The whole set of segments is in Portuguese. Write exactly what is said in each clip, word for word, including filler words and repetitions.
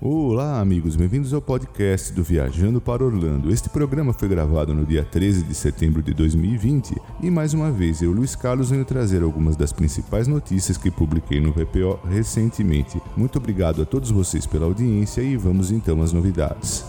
Olá amigos, bem-vindos ao podcast do Viajando para Orlando. Este programa foi gravado no dia treze de setembro de dois mil e vinte e mais uma vez eu, Luiz Carlos, venho trazer algumas das principais notícias que publiquei no V P O recentemente. Muito obrigado a todos vocês pela audiência e vamos então às novidades.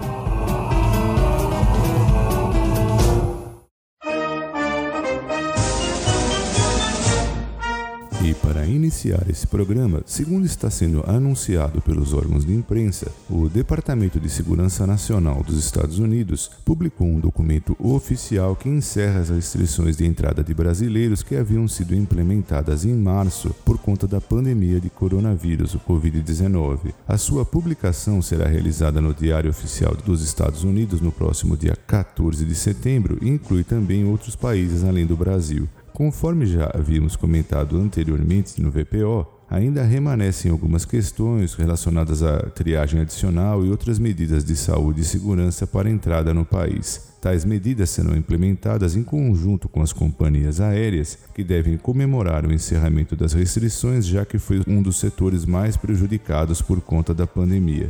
E para iniciar esse programa, segundo está sendo anunciado pelos órgãos de imprensa, o Departamento de Segurança Nacional dos Estados Unidos publicou um documento oficial que encerra as restrições de entrada de brasileiros que haviam sido implementadas em março por conta da pandemia de coronavírus, o covid dezenove. A sua publicação será realizada no Diário Oficial dos Estados Unidos no próximo dia quatorze de setembro e inclui também outros países além do Brasil. Conforme já havíamos comentado anteriormente no V P O, ainda remanescem algumas questões relacionadas à triagem adicional e outras medidas de saúde e segurança para a entrada no país. Tais medidas serão implementadas em conjunto com as companhias aéreas, que devem comemorar o encerramento das restrições, já que foi um dos setores mais prejudicados por conta da pandemia.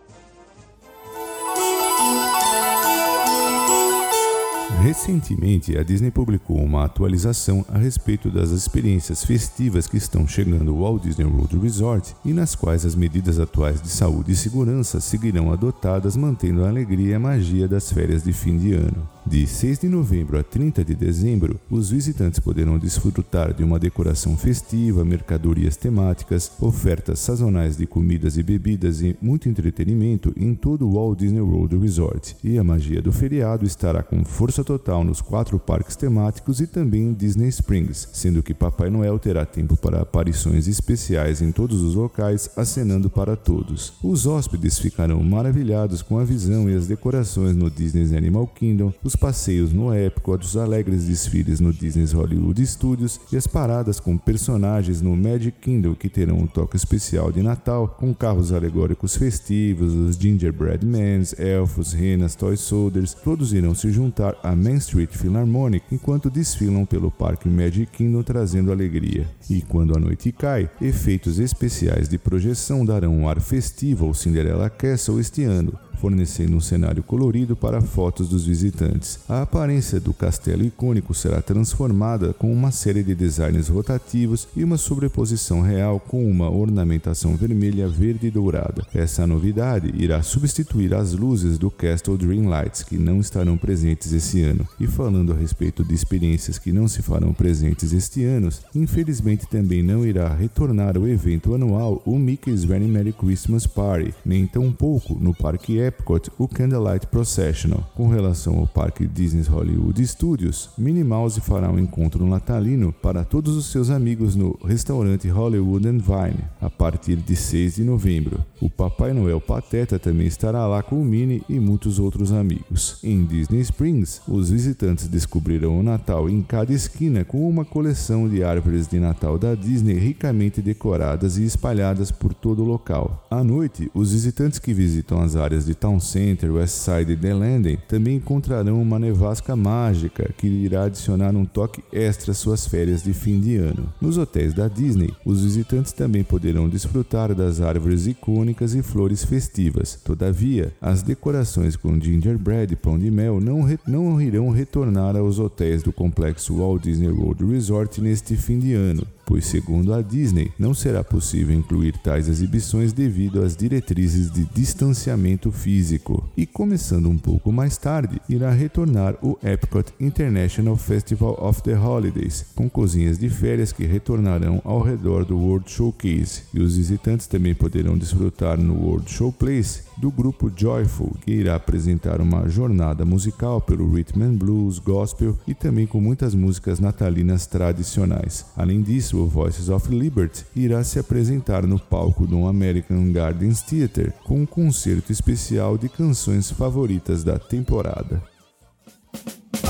Recentemente, a Disney publicou uma atualização a respeito das experiências festivas que estão chegando ao Walt Disney World Resort e nas quais as medidas atuais de saúde e segurança seguirão adotadas, mantendo a alegria e a magia das férias de fim de ano. De seis de novembro a trinta de dezembro, os visitantes poderão desfrutar de uma decoração festiva, mercadorias temáticas, ofertas sazonais de comidas e bebidas e muito entretenimento em todo o Walt Disney World Resort. E a magia do feriado estará com força total nos quatro parques temáticos e também em Disney Springs, sendo que Papai Noel terá tempo para aparições especiais em todos os locais, acenando para todos. Os hóspedes ficarão maravilhados com a visão e as decorações no Disney's Animal Kingdom, os passeios no Epcot, os alegres desfiles no Disney's Hollywood Studios e as paradas com personagens no Magic Kingdom, que terão um toque especial de Natal, com carros alegóricos festivos, os Gingerbread Men, elfos, renas, toy soldiers, todos irão se juntar à Main Street Philharmonic enquanto desfilam pelo Parque Magic Kingdom trazendo alegria. E quando a noite cai, efeitos especiais de projeção darão um ar festivo ao Cinderella Castle este ano, fornecendo um cenário colorido para fotos dos visitantes. A aparência do castelo icônico será transformada com uma série de designs rotativos e uma sobreposição real com uma ornamentação vermelha, verde e dourada. Essa novidade irá substituir as luzes do Castle Dream Lights, que não estarão presentes esse ano. E falando a respeito de experiências que não se farão presentes este ano, infelizmente também não irá retornar ao evento anual o Mickey's Very Merry Christmas Party, nem tampouco no Parque Epcot o Candlelight Processional. Com relação ao Parque Disney's Hollywood Studios, Minnie Mouse fará um encontro natalino para todos os seus amigos no restaurante Hollywood and Vine, a partir de seis de novembro. O Papai Noel Pateta também estará lá com o Minnie e muitos outros amigos. Em Disney Springs, os visitantes descobrirão o Natal em cada esquina com uma coleção de árvores de Natal da Disney ricamente decoradas e espalhadas por todo o local. À noite, os visitantes que visitam as áreas de Town Center, Westside e The Landing também encontrarão uma nevasca mágica que irá adicionar um toque extra às suas férias de fim de ano. Nos hotéis da Disney, os visitantes também poderão desfrutar das árvores icônicas e flores festivas. Todavia, as decorações com gingerbread e pão de mel não, re- não irão retornar aos hotéis do complexo Walt Disney World Resort neste fim de ano, pois, segundo a Disney, não será possível incluir tais exibições devido às diretrizes de distanciamento físico. E começando um pouco mais tarde, irá retornar o Epcot International Festival of the Holidays, com cozinhas de férias que retornarão ao redor do World Showcase, e os visitantes também poderão desfrutar no World Showplace do grupo Joyful, que irá apresentar uma jornada musical pelo Rhythm and Blues, Gospel e também com muitas músicas natalinas tradicionais. Além disso, o Voices of Liberty irá se apresentar no palco do American Gardens Theatre com um concerto especial de canções favoritas da temporada.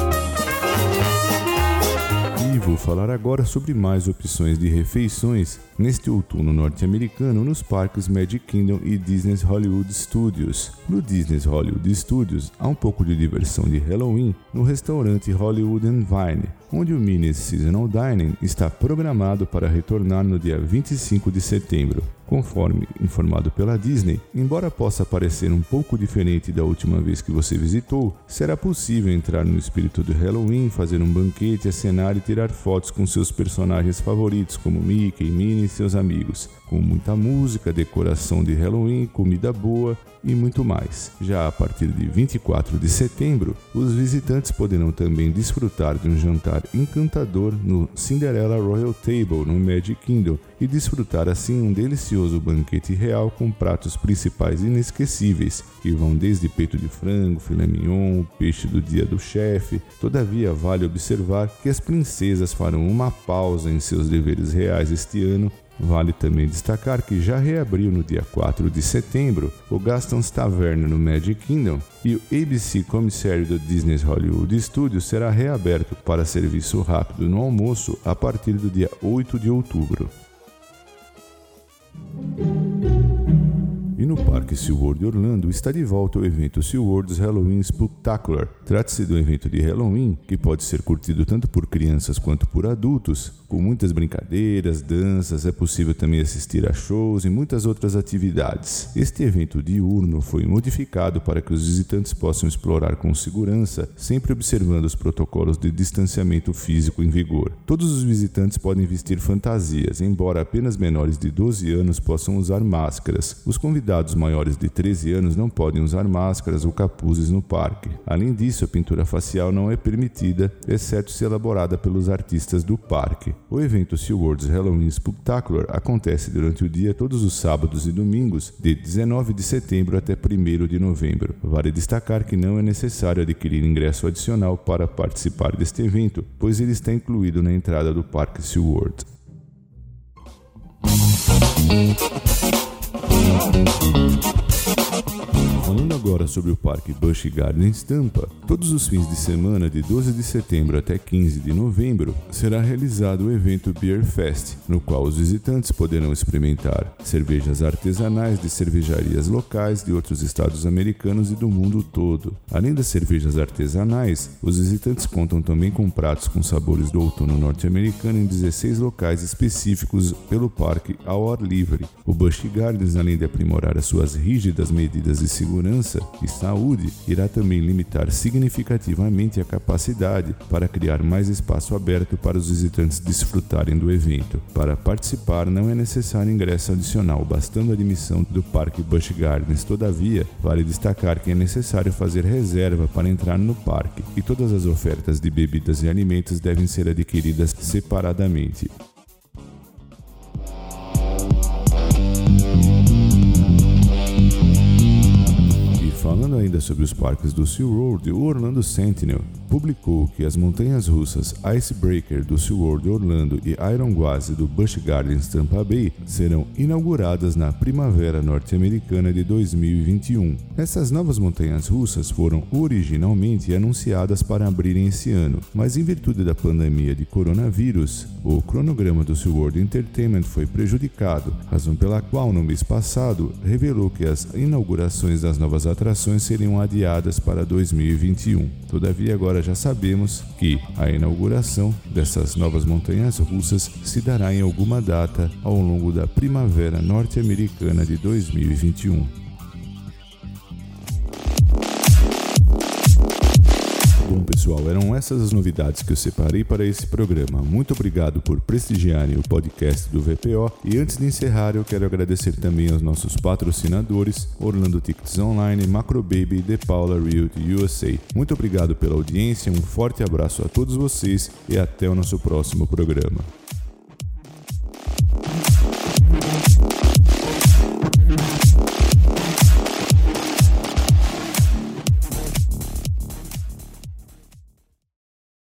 E vou falar agora sobre mais opções de refeições neste outono norte-americano nos parques Magic Kingdom e Disney's Hollywood Studios. No Disney's Hollywood Studios há um pouco de diversão de Halloween no restaurante Hollywood and Vine, onde o Mini Seasonal Dining está programado para retornar no dia vinte e cinco de setembro. Conforme informado pela Disney, embora possa parecer um pouco diferente da última vez que você visitou, será possível entrar no espírito do Halloween, fazer um banquete, acenar e tirar fotos com seus personagens favoritos como Mickey, Minnie e seus amigos, com muita música, decoração de Halloween, comida boa e muito mais. Já a partir de vinte e quatro de setembro, os visitantes poderão também desfrutar de um jantar encantador no Cinderella Royal Table no Magic Kingdom e desfrutar assim um delicioso banquete real com pratos principais inesquecíveis, que vão desde peito de frango, filé mignon, peixe do dia do chefe. Todavia, vale observar que as princesas farão uma pausa em seus deveres reais este ano. Vale também destacar que já reabriu no dia quatro de setembro o Gaston's Tavern no Magic Kingdom e o A B C Comissário do Disney's Hollywood Studios será reaberto para serviço rápido no almoço a partir do dia oito de outubro. E no Parque SeaWorld Orlando está de volta o evento SeaWorld's Halloween Spooktacular. Trata-se de um evento de Halloween que pode ser curtido tanto por crianças quanto por adultos, com muitas brincadeiras, danças, é possível também assistir a shows e muitas outras atividades. Este evento diurno foi modificado para que os visitantes possam explorar com segurança, sempre observando os protocolos de distanciamento físico em vigor. Todos os visitantes podem vestir fantasias, embora apenas menores de doze anos possam usar máscaras. Os convidados maiores de treze anos não podem usar máscaras ou capuzes no parque. Além disso, a pintura facial não é permitida, exceto se elaborada pelos artistas do parque. O evento SeaWorld's Halloween Spooktacular acontece durante o dia todos os sábados e domingos, de dezenove de setembro até primeiro de novembro. Vale destacar que não é necessário adquirir ingresso adicional para participar deste evento, pois ele está incluído na entrada do Parque SeaWorld. Falando agora sobre o Parque Busch Gardens Tampa, todos os fins de semana de doze de setembro até quinze de novembro será realizado o evento Beer Fest, no qual os visitantes poderão experimentar cervejas artesanais de cervejarias locais de outros estados americanos e do mundo todo. Além das cervejas artesanais, os visitantes contam também com pratos com sabores do outono norte-americano em dezesseis locais específicos pelo parque ao ar livre. O Busch Gardens, além de aprimorar as suas rígidas medidas de segurança e saúde, irá também limitar significativamente a capacidade para criar mais espaço aberto para os visitantes desfrutarem do evento. Para participar não é necessário ingresso adicional, bastando a admissão do Parque Busch Gardens. Todavia, vale destacar que é necessário fazer reserva para entrar no parque e todas as ofertas de bebidas e alimentos devem ser adquiridas separadamente. Falando ainda sobre os parques do SeaWorld, o Orlando Sentinel publicou que as montanhas russas Icebreaker do SeaWorld Orlando e Iron Gauze do Busch Gardens Tampa Bay serão inauguradas na primavera norte-americana de dois mil e vinte e um. Essas novas montanhas russas foram originalmente anunciadas para abrirem esse ano, mas em virtude da pandemia de coronavírus, o cronograma do SeaWorld Entertainment foi prejudicado, razão pela qual no mês passado revelou que as inaugurações das novas atrações seriam adiadas para dois mil e vinte e um. Todavia, agora já sabemos que a inauguração dessas novas montanhas russas se dará em alguma data ao longo da primavera norte-americana de dois mil e vinte e um. Bom, pessoal, eram essas as novidades que eu separei para esse programa. Muito obrigado por prestigiarem o podcast do V P O. E antes de encerrar, eu quero agradecer também aos nossos patrocinadores, Orlando Tickets Online, Macrobaby e The Paula Realty U S A. Muito obrigado pela audiência, um forte abraço a todos vocês e até o nosso próximo programa.